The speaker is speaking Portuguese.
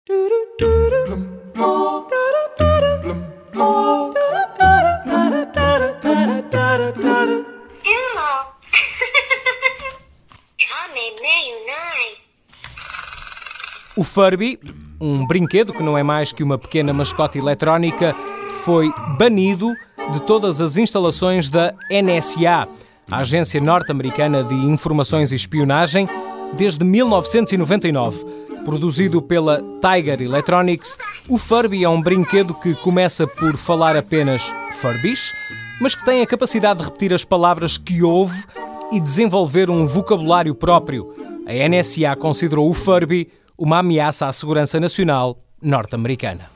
O Furby, um brinquedo que não é mais que uma pequena mascote eletrónica, foi banido de todas as instalações da NSA, a Agência Norte-Americana de Informações e Espionagem, desde 1999. Produzido pela Tiger Electronics, o Furby é um brinquedo que começa por falar apenas Furbish, mas que tem a capacidade de repetir as palavras que ouve e desenvolver um vocabulário próprio. A NSA considerou o Furby uma ameaça à segurança nacional norte-americana.